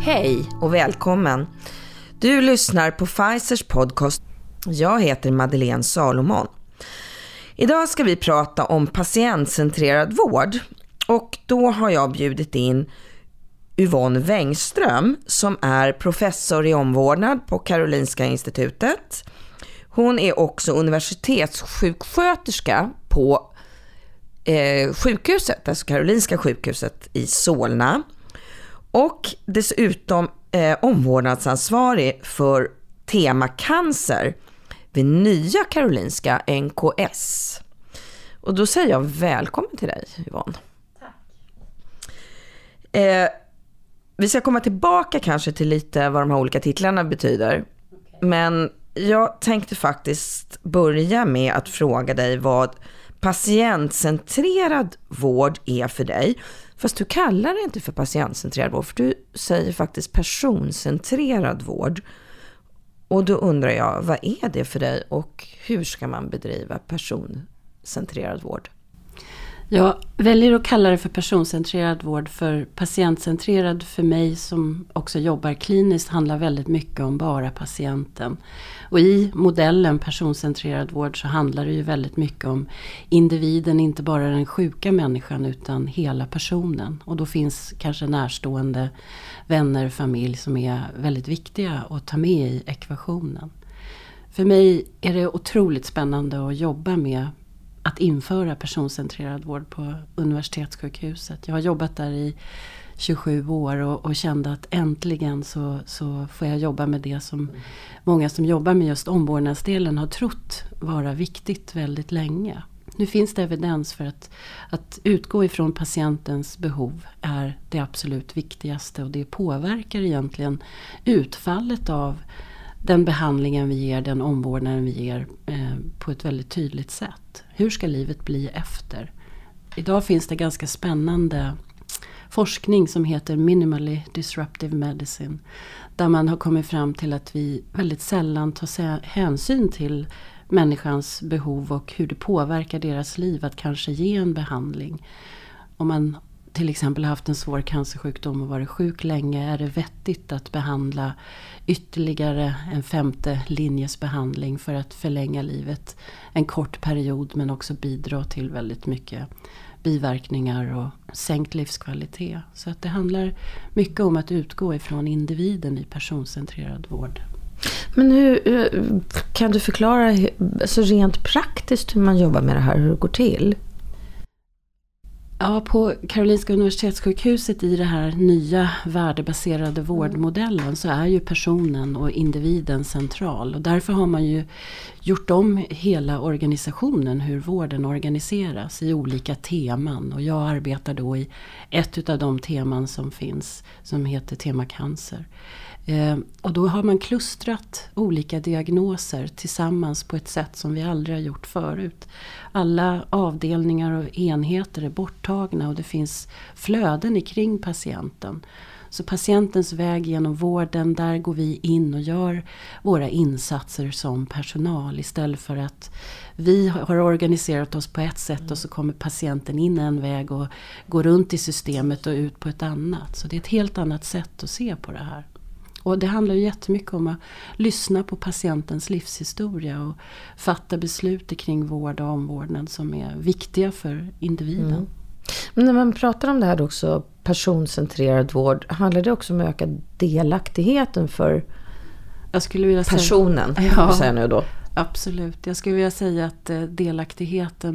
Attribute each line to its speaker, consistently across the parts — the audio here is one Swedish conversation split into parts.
Speaker 1: Hej och välkommen. Du lyssnar på Pfizers podcast. Jag heter Madeleine Salomon. Idag ska vi prata om patientcentrerad vård. Och då har jag bjudit in Yvonne Wängström som är professor i omvårdnad på Karolinska institutet. Hon är också universitetssjuksköterska på sjukhuset, alltså Karolinska sjukhuset i Solna. Och dessutom omvårdnadsansvarig för tema cancer vid nya Karolinska NKS. Och då säger jag välkommen till dig, Yvonne.
Speaker 2: Tack.
Speaker 1: Vi ska komma tillbaka kanske till lite vad de här olika titlarna betyder. Okay. Men jag tänkte faktiskt börja med att fråga dig vad patientcentrerad vård är för dig. Fast du kallar det inte för patientcentrerad vård, för du säger faktiskt personcentrerad vård. Och då undrar jag, vad är det för dig och hur ska man bedriva personcentrerad vård?
Speaker 2: Jag väljer att kalla det för personcentrerad vård, för patientcentrerad för mig som också jobbar kliniskt handlar väldigt mycket om bara patienten. Och i modellen personcentrerad vård så handlar det ju väldigt mycket om individen, inte bara den sjuka människan utan hela personen. Och då finns kanske närstående vänner, familj som är väldigt viktiga att ta med i ekvationen. För mig är det otroligt spännande att jobba med att införa personcentrerad vård på universitetssjukhuset. Jag har jobbat där i 27 år och kände att äntligen så får jag jobba med det som många som jobbar med just omvårdnadsdelen har trott vara viktigt väldigt länge. Nu finns det evidens för att utgå ifrån patientens behov är det absolut viktigaste, och det påverkar egentligen utfallet av den behandlingen vi ger, den omvårdnaden vi ger på ett väldigt tydligt sätt. Hur ska livet bli efter? Idag finns det ganska spännande forskning som heter Minimally Disruptive Medicine. Där man har kommit fram till att vi väldigt sällan tar hänsyn till människans behov och hur det påverkar deras liv att kanske ge en behandling. Om man till exempel haft en svår cancersjukdom och varit sjuk länge, är det vettigt att behandla ytterligare en 5:e linjes behandling för att förlänga livet en kort period, men också bidra till väldigt mycket biverkningar och sänkt livskvalitet. Så att det handlar mycket om att utgå ifrån individen i personcentrerad vård.
Speaker 1: Men hur kan du förklara så rent praktiskt hur man jobbar med det här, hur det går till?
Speaker 2: Ja, på Karolinska universitetssjukhuset i det här nya värdebaserade vårdmodellen så är ju personen och individen central. Och därför har man ju gjort om hela organisationen, hur vården organiseras i olika teman. Och jag arbetar då i ett av de teman som finns som heter tema cancer. Och då har man klustrat olika diagnoser tillsammans på ett sätt som vi aldrig har gjort förut. Alla avdelningar och enheter är borttagna och det finns flöden kring patienten. Så patientens väg genom vården, där går vi in och gör våra insatser som personal istället för att vi har organiserat oss på ett sätt och så kommer patienten in en väg och går runt i systemet och ut på ett annat. Så det är ett helt annat sätt att se på det här. Och det handlar ju jättemycket om att lyssna på patientens livshistoria och fatta beslut kring vård och omvårdnad som är viktiga för individen.
Speaker 1: Mm. Men när man pratar om det här också, personcentrerad vård, handlar det också om att öka delaktigheten för personen?
Speaker 2: Ja,
Speaker 1: säger nu då.
Speaker 2: Absolut. Jag skulle vilja säga att delaktigheten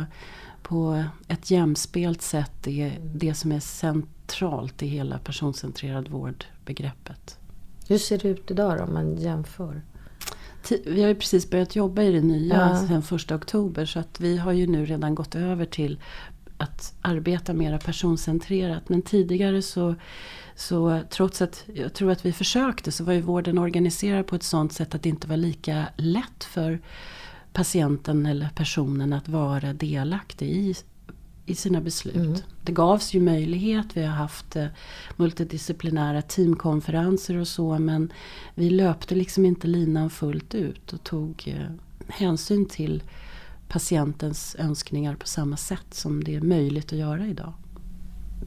Speaker 2: på ett jämspelt sätt är det som är centralt i hela personcentrerad vårdbegreppet.
Speaker 1: Hur ser det ut idag om man jämför?
Speaker 2: Vi har ju precis börjat jobba i det nya sedan 1 oktober, så att vi har ju nu redan gått över till att arbeta mer personcentrerat. Men tidigare så trots att jag tror att vi försökte, så var ju vården organiserad på ett sådant sätt att det inte var lika lätt för patienten eller personen att vara delaktig i sina beslut. Mm. Det gavs ju möjlighet, vi har haft multidisciplinära teamkonferenser och så, men vi löpte liksom inte linan fullt ut och tog hänsyn till patientens önskningar på samma sätt som det är möjligt att göra idag.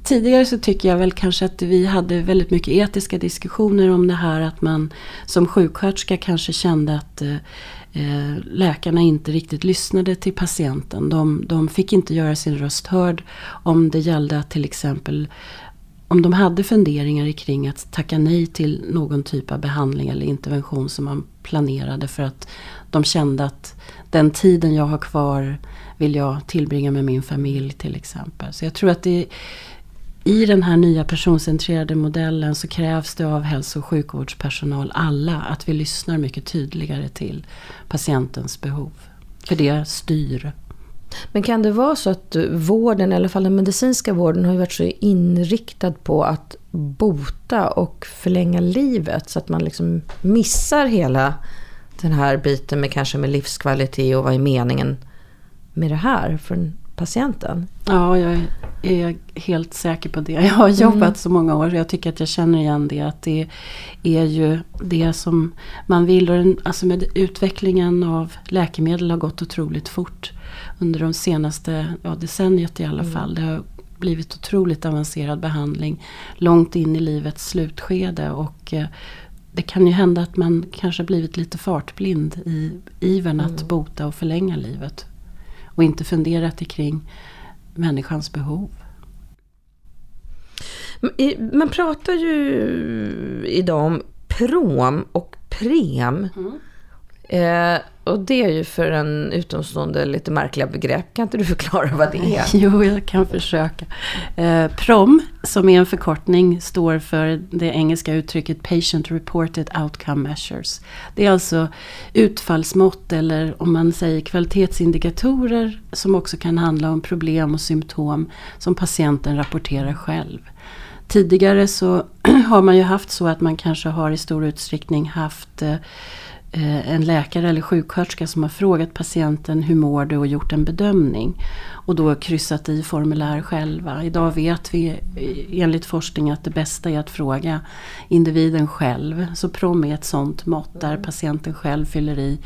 Speaker 2: tidigare så tycker jag väl kanske att vi hade väldigt mycket etiska diskussioner om det här, att man som sjuksköterska kanske kände att läkarna inte riktigt lyssnade till patienten. De fick inte göra sin röst hörd om det gällde att till exempel, om de hade funderingar kring att tacka nej till någon typ av behandling eller intervention som man planerade, för att de kände att den tiden jag har kvar vill jag tillbringa med min familj till exempel. Så jag tror att i den här nya personcentrerade modellen så krävs det av hälso- och sjukvårdspersonal alla att vi lyssnar mycket tydligare till patientens behov. För det styr.
Speaker 1: Men kan det vara så att vården, i alla fall den medicinska vården, har ju varit så inriktad på att bota och förlänga livet, så att man liksom missar hela den här biten med kanske med livskvalitet och vad är meningen med det här för patienten?
Speaker 2: Ja, jag är helt säker på det. Jag har jobbat så många år och jag tycker att jag känner igen det. Att det är ju det som man vill. Och alltså med utvecklingen av läkemedel har gått otroligt fort under de senaste decenniet i alla fall. Det har blivit otroligt avancerad behandling långt in i livets slutskede, och det kan ju hända att man kanske blivit lite fartblind i ivern att bota och förlänga livet och inte funderat kring människans behov.
Speaker 1: Man pratar ju idag om prom och prem. Och det är ju för en utomstående lite märkliga begrepp. Kan inte du förklara vad det är?
Speaker 2: Jo, jag kan försöka. PROM, som är en förkortning, står för det engelska uttrycket Patient Reported Outcome Measures. Det är alltså utfallsmått, eller om man säger kvalitetsindikatorer, som också kan handla om problem och symptom som patienten rapporterar själv. Tidigare så har man ju haft så att man kanske har i stor utsträckning haft en läkare eller sjuksköterska som har frågat patienten hur mår du och gjort en bedömning och då kryssat i formulär själva. Idag vet vi enligt forskning att det bästa är att fråga individen själv. Så PROM är ett sånt mått där patienten själv fyller i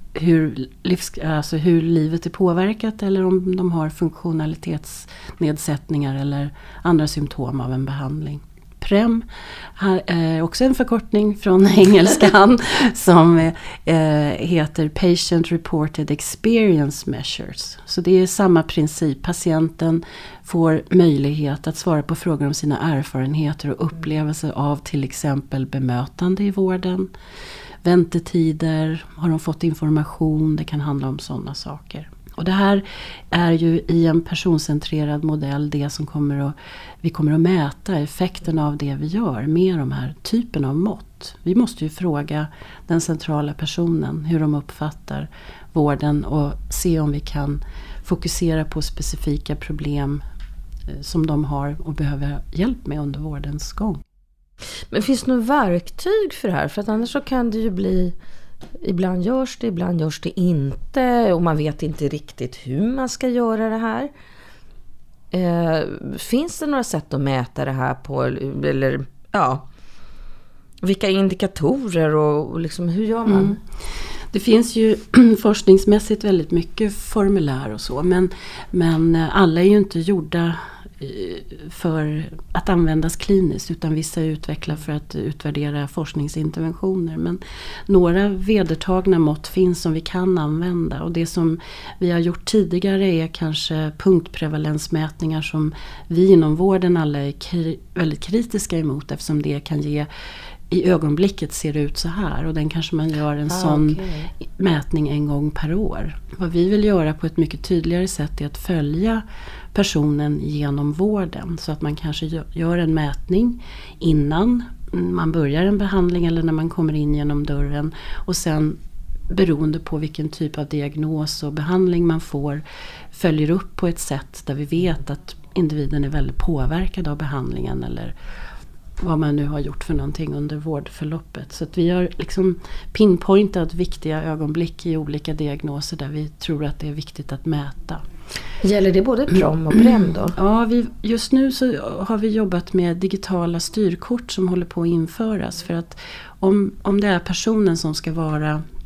Speaker 2: hur livet är påverkat, eller om de har funktionalitetsnedsättningar eller andra symptom av en behandling. PREM är också en förkortning från engelskan som heter Patient Reported Experience Measures. Så det är samma princip. Patienten får möjlighet att svara på frågor om sina erfarenheter och upplevelser av till exempel bemötande i vården, väntetider, har de fått information, det kan handla om sådana saker. Och det här är ju i en personcentrerad modell det som vi kommer att mäta effekten av det vi gör med de här typen av mått. Vi måste ju fråga den centrala personen hur de uppfattar vården och se om vi kan fokusera på specifika problem som de har och behöver hjälp med under vårdens gång.
Speaker 1: Men finns det något verktyg för det här? För att annars så kan det ju bli, ibland görs det inte, och man vet inte riktigt hur man ska göra det här. Finns det några sätt att mäta det här på, eller vilka indikatorer och liksom, hur gör man?
Speaker 2: Det finns ju forskningsmässigt väldigt mycket formulär och så, men alla är ju inte gjorda för att användas kliniskt, utan vissa är utvecklade för att utvärdera forskningsinterventioner. Men några vedertagna mått finns som vi kan använda, och det som vi har gjort tidigare är kanske punktprevalensmätningar som vi inom vården alla är väldigt kritiska emot, eftersom det kan ge i ögonblicket ser det ut så här, och den kanske man gör en sån mätning en gång per år. Vad vi vill göra på ett mycket tydligare sätt är att följa personen genom vården, så att man kanske gör en mätning innan man börjar en behandling eller när man kommer in genom dörren, och sen beroende på vilken typ av diagnos och behandling man får följer upp på ett sätt där vi vet att individen är väldigt påverkad av behandlingen eller vad man nu har gjort för någonting under vårdförloppet. Så att vi har liksom pinpointat viktiga ögonblick i olika diagnoser där vi tror att det är viktigt att mäta.
Speaker 1: Gäller det både PROM och PREM då?
Speaker 2: Ja, just nu så har vi jobbat med digitala styrkort som håller på att införas, för att om det är personen som ska vara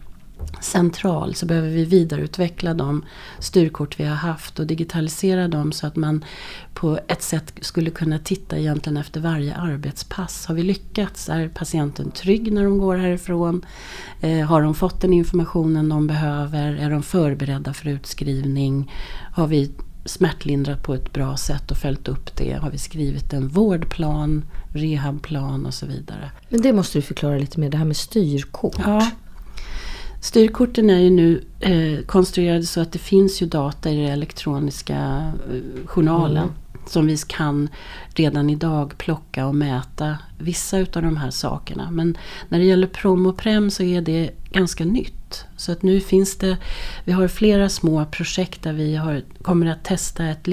Speaker 2: central så behöver vi vidareutveckla de styrkort vi har haft och digitalisera dem så att man på ett sätt skulle kunna titta egentligen efter varje arbetspass. Har vi lyckats? Är patienten trygg när de går härifrån? Har de fått den informationen de behöver? Är de förberedda för utskrivning? Har vi smärtlindrat på ett bra sätt och följt upp det? Har vi skrivit en vårdplan, rehabplan och så vidare?
Speaker 1: Men det måste du förklara lite mer, det här med styrkort.
Speaker 2: Ja. Styrkorten är ju nu konstruerade så att det finns ju data i den elektroniska journalen som vi kan redan idag plocka och mäta vissa av de här sakerna. Men när det gäller PROM och PREM så är det ganska nytt. Så att nu finns det, vi har flera små projekt där vi kommer att testa ett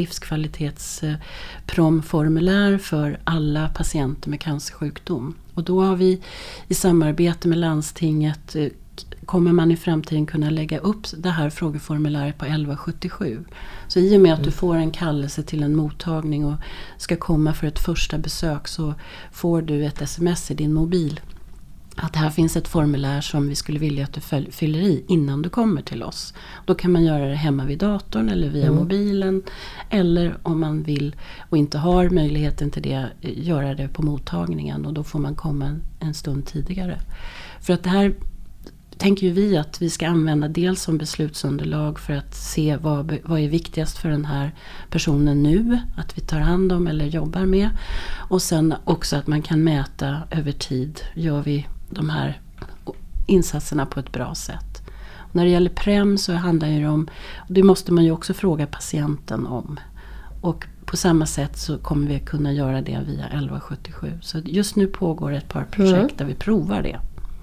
Speaker 2: livskvalitets-PROM-formulär för alla patienter med cancersjukdom. Och då har vi i samarbete med landstinget kommer man i framtiden kunna lägga upp det här frågeformuläret på 1177. Så i och med att du får en kallelse till en mottagning och ska komma för ett första besök så får du ett sms i din mobil. Att här finns ett formulär som vi skulle vilja att du fyller i innan du kommer till oss. Då kan man göra det hemma vid datorn eller via mobilen. Eller om man vill och inte har möjligheten till det, göra det på mottagningen. Och då får man komma en stund tidigare. För att det här tänker ju vi att vi ska använda dels som beslutsunderlag för att se vad är viktigast för den här personen nu, att vi tar hand om eller jobbar med. Och sen också att man kan mäta över tid, gör vi de här insatserna på ett bra sätt. Och när det gäller PREM så handlar det om, och det måste man ju också fråga patienten om. Och på samma sätt så kommer vi kunna göra det via 1177. Så just nu pågår ett par projekt där vi provar det.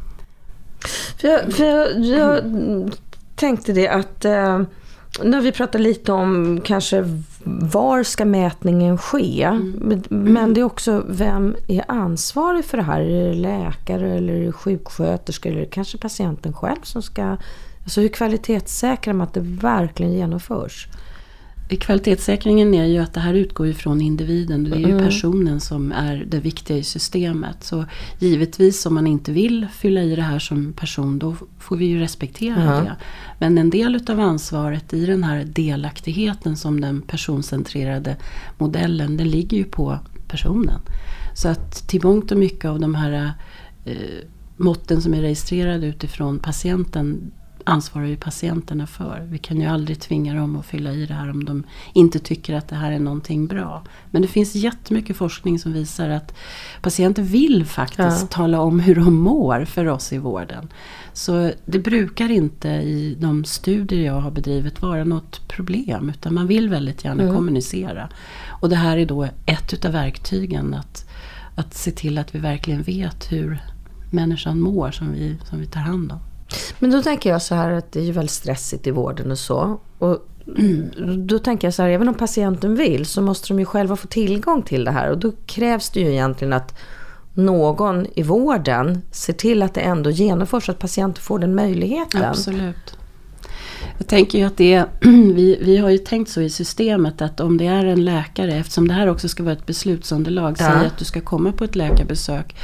Speaker 1: För jag tänkte det att när vi pratar lite om kanske var ska mätningen ske, men det är också vem är ansvarig för det här? Är det läkare eller sjuksköterska eller kanske patienten själv som ska, alltså hur kvalitetssäkrar man att det verkligen genomförs?
Speaker 2: Kvalitetssäkringen är ju att det här utgår ifrån individen. Det är ju personen som är det viktiga i systemet. Så givetvis om man inte vill fylla i det här som person, då får vi ju respektera det. Men en del av ansvaret i den här delaktigheten som den personcentrerade modellen, den ligger ju på personen. Så att till mångt och mycket av de här måtten som är registrerade utifrån patienten ansvarar ju patienterna för. Vi kan ju aldrig tvinga dem att fylla i det här om de inte tycker att det här är någonting bra. Men det finns jättemycket forskning som visar att patienter vill faktiskt tala om hur de mår för oss i vården. Så det brukar inte i de studier jag har bedrivit vara något problem, utan man vill väldigt gärna kommunicera. Och det här är då ett av verktygen att se till att vi verkligen vet hur människan mår som vi tar hand om.
Speaker 1: Men då tänker jag så här att det är ju väldigt stressigt i vården och så. Och då tänker jag så här, även om patienten vill så måste de ju själva få tillgång till det här. Och då krävs det ju egentligen att någon i vården ser till att det ändå genomförs, att patienten får den möjligheten.
Speaker 2: Absolut. Jag tänker ju att vi har ju tänkt så i systemet att om det är en läkare, eftersom det här också ska vara ett beslutsunderlag, säg att du ska komma på ett läkarbesök,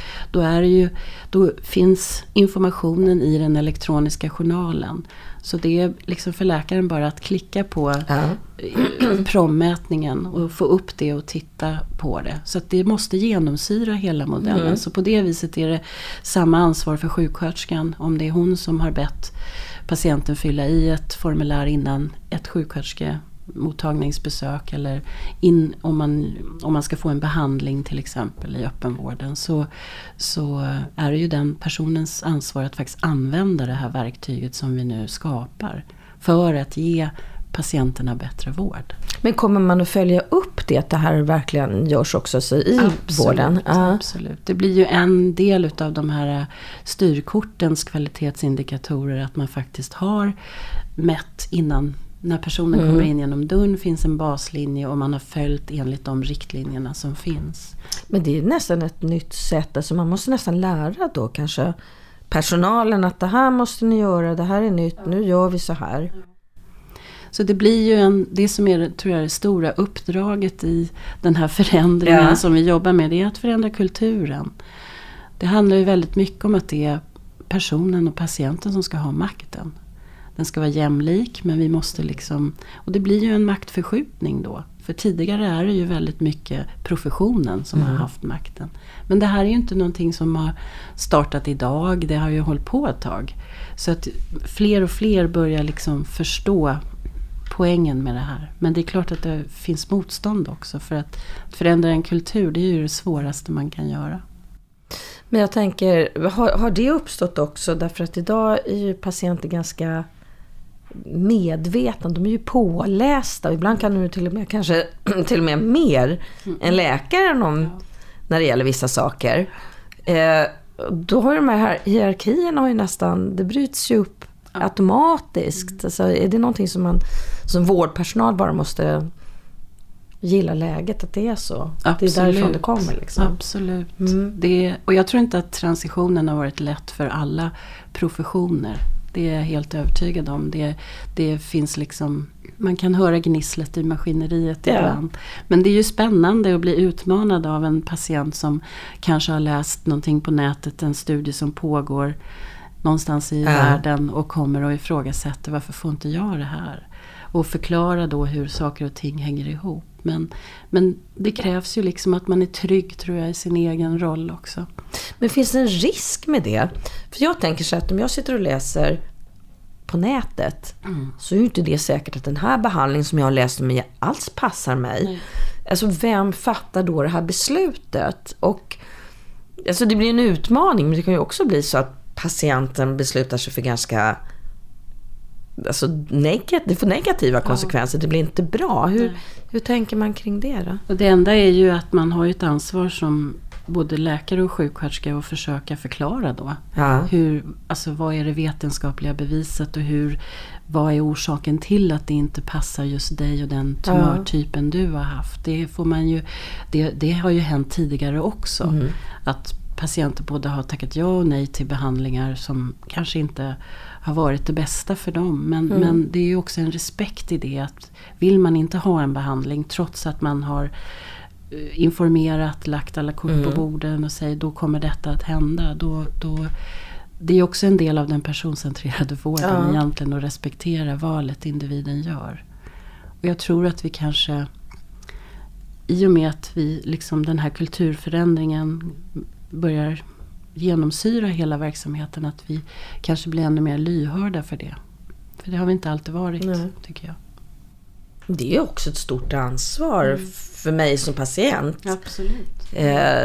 Speaker 2: då finns informationen i den elektroniska journalen. Så det är liksom för läkaren bara att klicka på PROM-mätningen och få upp det och titta på det. Så att det måste genomsyra hela modellen. Så på det viset är det samma ansvar för sjuksköterskan om det är hon som har bett patienten fylla i ett formulär innan ett sjuksköterskemottagningsbesök eller om man ska få en behandling till exempel i öppenvården, så är det ju den personens ansvar att faktiskt använda det här verktyget som vi nu skapar för att ge patienterna bättre vård.
Speaker 1: Men kommer man att följa upp det, att det här verkligen görs också så i vården?
Speaker 2: Absolut. Det blir ju en del av de här styrkortens kvalitetsindikatorer att man faktiskt har mätt innan. När personen kommer in genom dörren finns en baslinje och man har följt enligt de riktlinjerna som finns.
Speaker 1: Men det är nästan ett nytt sätt. Alltså man måste nästan lära då kanske personalen att det här måste ni göra, det här är nytt, nu gör vi så här.
Speaker 2: Så det blir ju det som är, tror jag, det stora uppdraget i den här förändringen som vi jobbar med, det är att förändra kulturen. Det handlar ju väldigt mycket om att det är personen och patienten som ska ha makten. Den ska vara jämlik, men vi måste liksom... Och det blir ju en maktförskjutning då. För tidigare är det ju väldigt mycket professionen som har haft makten. Men det här är ju inte någonting som har startat idag. Det har ju hållit på ett tag. Så att fler och fler börjar liksom förstå poängen med det här. Men det är klart att det finns motstånd också. För att förändra en kultur, det är ju det svåraste man kan göra.
Speaker 1: Men jag tänker, har det uppstått också? Därför att idag är ju patienter ganska medvetna. De är ju pålästa. Ibland kan de till och med, kanske till och med mer än läkaren när det gäller vissa saker. Då har de här hierarkierna har ju nästan, det bryts ju upp automatiskt. Alltså, är det någonting som man som vårdpersonal bara måste gilla läget, att det är så?
Speaker 2: Absolut.
Speaker 1: Det är därifrån det kommer liksom.
Speaker 2: Absolut. Och jag tror inte att transitionen har varit lätt för alla professioner. Det är jag helt övertygad om. Det finns liksom, man kan höra gnisslet i maskineriet ibland. Men det är ju spännande att bli utmanad av en patient som kanske har läst någonting på nätet, en studie som pågår någonstans i världen och kommer och ifrågasätter, varför får inte jag det här? Och förklara då hur saker och ting hänger ihop. Men det krävs ju liksom att man är trygg, tror jag, i sin egen roll också.
Speaker 1: Men finns det en risk med det? För jag tänker så att om jag sitter och läser på nätet så är ju inte det säkert att den här behandlingen som jag har läst om alls passar mig. Nej. Alltså vem fattar då det här beslutet? Och alltså det blir en utmaning, men det kan ju också bli så att patienten beslutar sig för ganska... Alltså det får negativa konsekvenser. Det blir inte bra. Hur tänker man kring det då?
Speaker 2: Och det enda är ju att man har ett ansvar som både läkare och sjuksköterska att försöka förklara då. Vad är det vetenskapliga beviset och vad är orsaken till att det inte passar just dig och den tumörtypen du har haft. Det får man ju, det har ju hänt tidigare också. Att patienter både har tackat ja och nej till behandlingar som kanske inte har varit det bästa för dem. Men det är ju också en respekt i det, att vill man inte ha en behandling trots att man har informerat, lagt alla kort på borden och säger då kommer detta att hända. Då, det är också en del av den personcentrerade vården egentligen, att respektera valet individen gör. Och jag tror att vi kanske, i och med att vi liksom den här kulturförändringen börjar genomsyra hela verksamheten, att vi kanske blir ännu mer lyhörda för det. För det har vi inte alltid varit, tycker jag.
Speaker 1: Det är också ett stort ansvar för mig som patient.
Speaker 2: Absolut.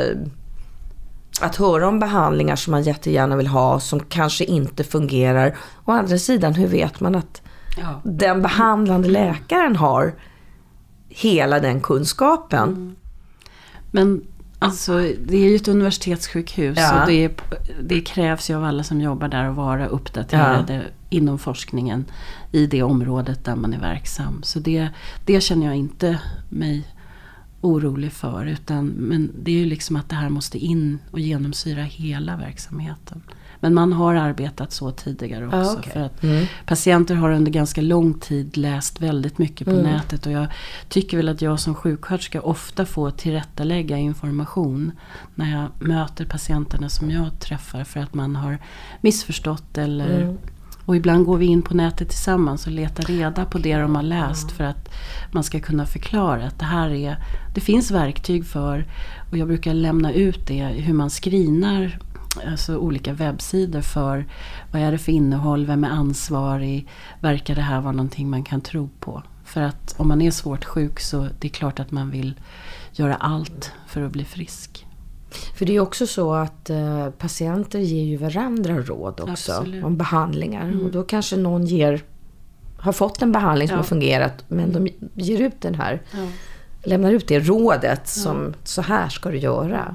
Speaker 1: Att höra om behandlingar som man jättegärna vill ha som kanske inte fungerar. Å andra sidan, hur vet man att den behandlande läkaren har hela den kunskapen?
Speaker 2: Men alltså, det är ju ett universitetssjukhus och det krävs ju av alla som jobbar där att vara uppdaterade inom forskningen i det området där man är verksam. Så det känner jag inte mig orolig för, men det är ju liksom att det här måste in och genomsyra hela verksamheten. Men man har arbetat så tidigare också. För att patienter har under ganska lång tid läst väldigt mycket på nätet. Och jag tycker väl att jag som sjuksköterska ofta får tillrättalägga information när jag möter patienterna som jag träffar, för att man har missförstått och ibland går vi in på nätet tillsammans och letar reda på det de har läst, för att man ska kunna förklara att det finns verktyg för, och jag brukar lämna ut det, hur man screenar alltså olika webbsidor för vad är det för innehåll, vem är ansvarig, verkar det här vara någonting man kan tro på. För att om man är svårt sjuk så det är klart att man vill göra allt för att bli frisk.
Speaker 1: För det är också så att patienter ger ju varandra råd också om behandlingar. Och då kanske någon har fått en behandling som har fungerat, men de ger ut den här, lämnar ut det rådet som så här ska du göra.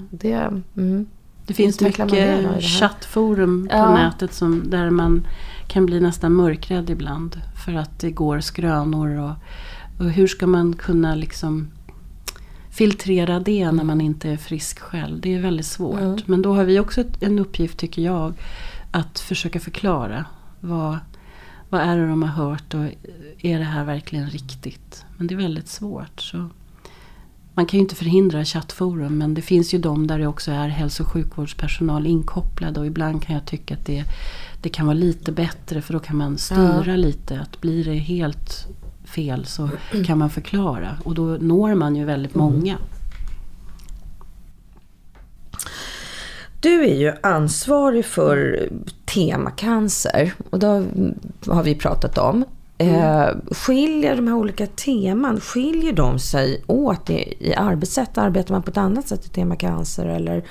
Speaker 2: Det finns mycket chattforum på nätet där man kan bli nästan mörkrädd ibland för att det går skrönor och hur ska man kunna liksom filtrera det när man inte är frisk själv. Det är väldigt svårt. Men då har vi också en uppgift, tycker jag, att försöka förklara vad är det de har hört och är det här verkligen riktigt. Men det är väldigt svårt. Så man kan ju inte förhindra chattforum, men det finns ju de där det också är hälso- och sjukvårdspersonal inkopplad, och ibland kan jag tycka att det kan vara lite bättre, för då kan man styra lite. Att blir det helt fel så kan man förklara, och då når man ju väldigt många.
Speaker 1: Du är ju ansvarig för temacancer, och då har vi pratat om. Skiljer de här olika teman, skiljer de sig åt i arbetssätt? Arbetar man på ett annat sätt i temacancer, eller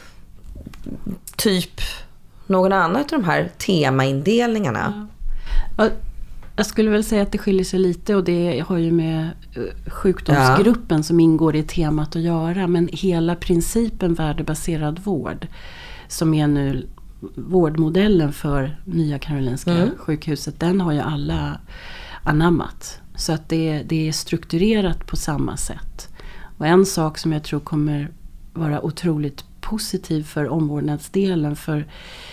Speaker 1: typ någon annan av de här temaindelningarna?
Speaker 2: Ja. Jag skulle väl säga att det skiljer sig lite, och det har ju med sjukdomsgruppen som ingår i temat att göra. Men hela principen värdebaserad vård, som är nu vårdmodellen för Nya Karolinska sjukhuset, den har ju alla anammat. Så att det är strukturerat på samma sätt. Och en sak som jag tror kommer vara otroligt positiv för omvårdnadsdelen, för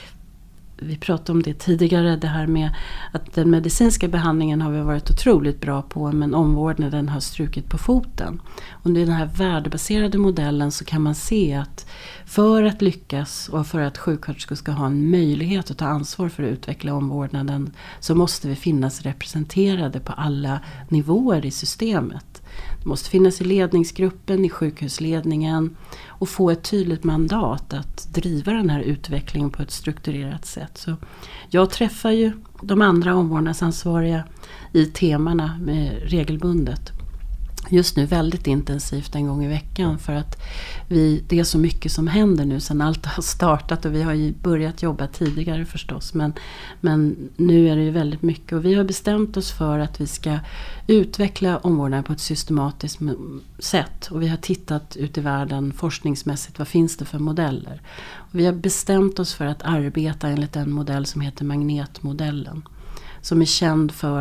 Speaker 2: vi pratade om det tidigare, det här med att den medicinska behandlingen har vi varit otroligt bra på, men omvårdnaden har strukit på foten. Och i den här värdebaserade modellen så kan man se att för att lyckas och för att sjuksköterskor ska ha en möjlighet att ta ansvar för att utveckla omvårdnaden, så måste vi finnas representerade på alla nivåer i systemet. Det måste finnas i ledningsgruppen, i sjukhusledningen, och få ett tydligt mandat att driva den här utvecklingen på ett strukturerat sätt. Så jag träffar ju de andra omvårdnadsansvariga i temana med regelbundet. Just nu väldigt intensivt en gång i veckan, för att det är så mycket som händer nu sedan allt har startat, och vi har ju börjat jobba tidigare förstås, men nu är det ju väldigt mycket, och vi har bestämt oss för att vi ska utveckla omvårdnaden på ett systematiskt sätt, och vi har tittat ut i världen forskningsmässigt, vad finns det för modeller, och vi har bestämt oss för att arbeta enligt en modell som heter magnetmodellen, som är känd för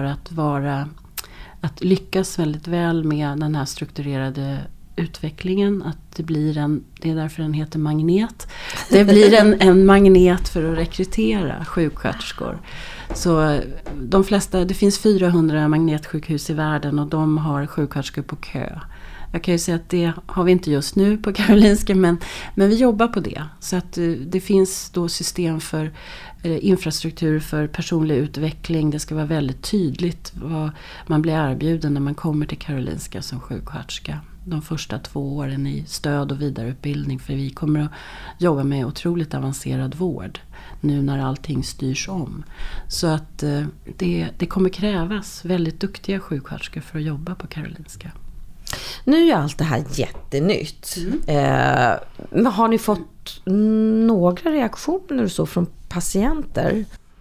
Speaker 2: att lyckas väldigt väl med den här strukturerade utvecklingen, att det är därför den heter magnet. Det blir en magnet för att rekrytera sjuksköterskor. Så det finns 400 magnetsjukhus i världen, och de har sjuksköterskor på kö. Jag kan ju säga att det har vi inte just nu på Karolinska, men vi jobbar på det. Så att det finns då system för infrastruktur för personlig utveckling. Det ska vara väldigt tydligt vad man blir erbjuden när man kommer till Karolinska som sjuksköterska. De första 2 åren i stöd och vidareutbildning, för vi kommer att jobba med otroligt avancerad vård nu när allting styrs om. Så att det kommer krävas väldigt duktiga sjuksköterskor för att jobba på Karolinska.
Speaker 1: Nu är allt det här jättenytt. Men har ni fått några reaktioner så från patienter?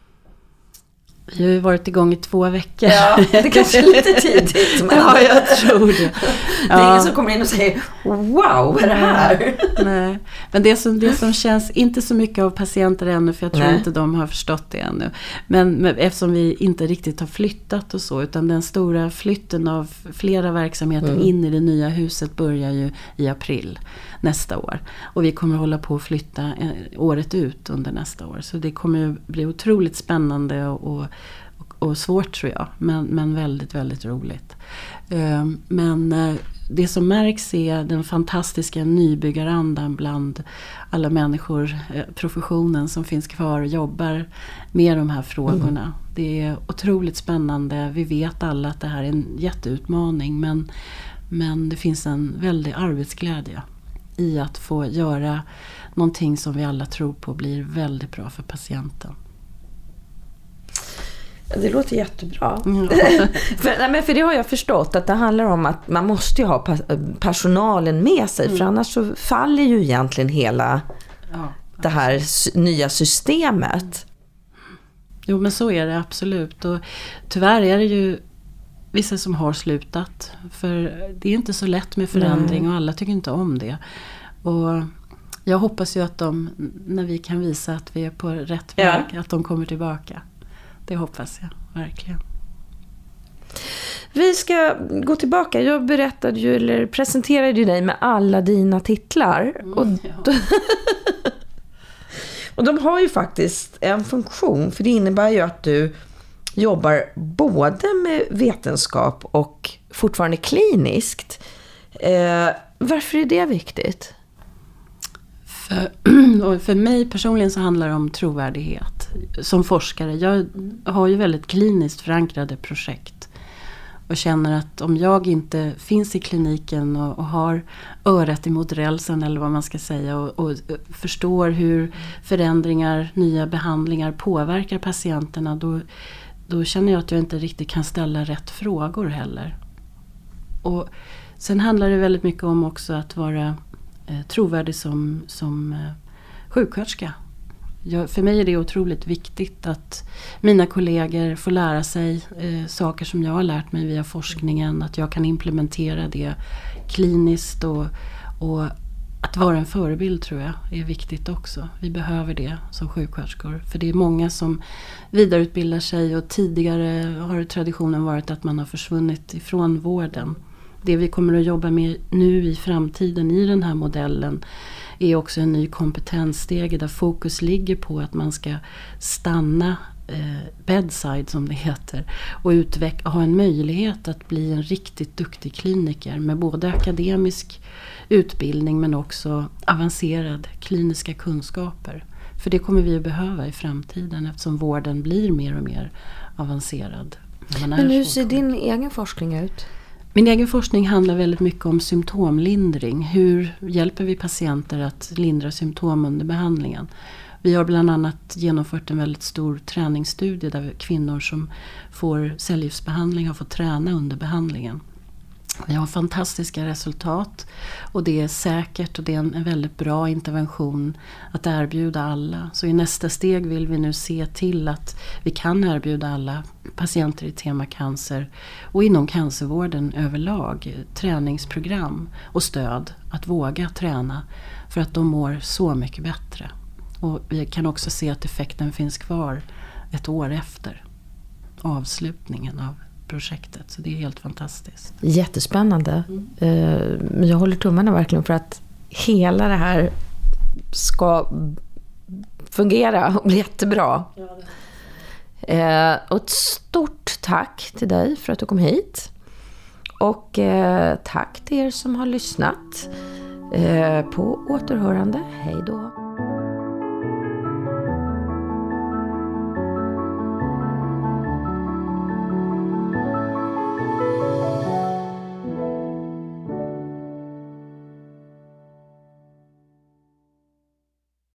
Speaker 2: Vi har ju varit igång i 2 veckor.
Speaker 1: Ja, det kanske är lite tidigt.
Speaker 2: Ja, jag tror det.
Speaker 1: Det är ingen som kommer in och säger, wow, vad är det här?
Speaker 2: Nej. Men det som känns, inte så mycket av patienter ännu, för jag tror inte de har förstått det ännu. Men eftersom vi inte riktigt har flyttat och så, utan den stora flytten av flera verksamheter in i det nya huset börjar ju i april nästa år. Och vi kommer hålla på att flytta året ut under nästa år. Så det kommer ju bli otroligt spännande och svårt, tror jag. Men väldigt, väldigt roligt. Men det som märks är den fantastiska nybyggarandan bland alla människor, professionen som finns kvar och jobbar med de här frågorna. Det är otroligt spännande. Vi vet alla att det här är en jätteutmaning, men det finns en väldig arbetsglädje i att få göra någonting som vi alla tror på blir väldigt bra för patienten.
Speaker 1: Det låter jättebra. För det har jag förstått, att det handlar om att man måste ju ha personalen med sig, för annars så faller ju egentligen hela det här nya systemet.
Speaker 2: Jo, men så är det absolut, och tyvärr är det ju vissa som har slutat, för det är inte så lätt med förändring och alla tycker inte om det. Och jag hoppas ju att när vi kan visa att vi är på rätt väg, att de kommer tillbaka. Det hoppas jag, verkligen.
Speaker 1: Vi ska gå tillbaka. Jag presenterade ju dig med alla dina titlar. Och de har ju faktiskt en funktion, för det innebär ju att du jobbar både med vetenskap och fortfarande kliniskt. Varför är det viktigt?
Speaker 2: För mig personligen så handlar det om trovärdighet. Som forskare, jag har ju väldigt kliniskt förankrade projekt. Och känner att om jag inte finns i kliniken och har örat emot rälsen eller vad man ska säga. Och förstår hur förändringar, nya behandlingar påverkar patienterna. Då känner jag att jag inte riktigt kan ställa rätt frågor heller. Och sen handlar det väldigt mycket om också att vara trovärdig som sjuksköterska. För mig är det otroligt viktigt att mina kollegor får lära sig saker som jag har lärt mig via forskningen. Att jag kan implementera det kliniskt och att vara en förebild tror jag är viktigt också. Vi behöver det som sjuksköterskor. För det är många som vidareutbildar sig och tidigare har traditionen varit att man har försvunnit ifrån vården. Det vi kommer att jobba med nu i framtiden i den här modellen är också en ny kompetenssteg där fokus ligger på att man ska stanna bedside som det heter och ha en möjlighet att bli en riktigt duktig kliniker med både akademisk utbildning men också avancerad kliniska kunskaper. För det kommer vi att behöva i framtiden eftersom vården blir mer och mer avancerad.
Speaker 1: Men hur ser din egen forskning ut?
Speaker 2: Min egen forskning handlar väldigt mycket om symptomlindring. Hur hjälper vi patienter att lindra symptom under behandlingen? Vi har bland annat genomfört en väldigt stor träningsstudie där kvinnor som får cellgiftsbehandling har fått träna under behandlingen. Vi har fantastiska resultat och det är säkert och det är en väldigt bra intervention att erbjuda alla. Så i nästa steg vill vi nu se till att vi kan erbjuda alla patienter i tema cancer och inom cancervården överlag träningsprogram och stöd att våga träna för att de mår så mycket bättre. Och vi kan också se att effekten finns kvar ett år efter avslutningen av projektet. Så det är helt fantastiskt.
Speaker 1: Jättespännande. Jag håller tummarna verkligen för att hela det här ska fungera och bli jättebra. Och ett stort tack till dig för att du kom hit. Och tack till er som har lyssnat. På återhörande. Hej då.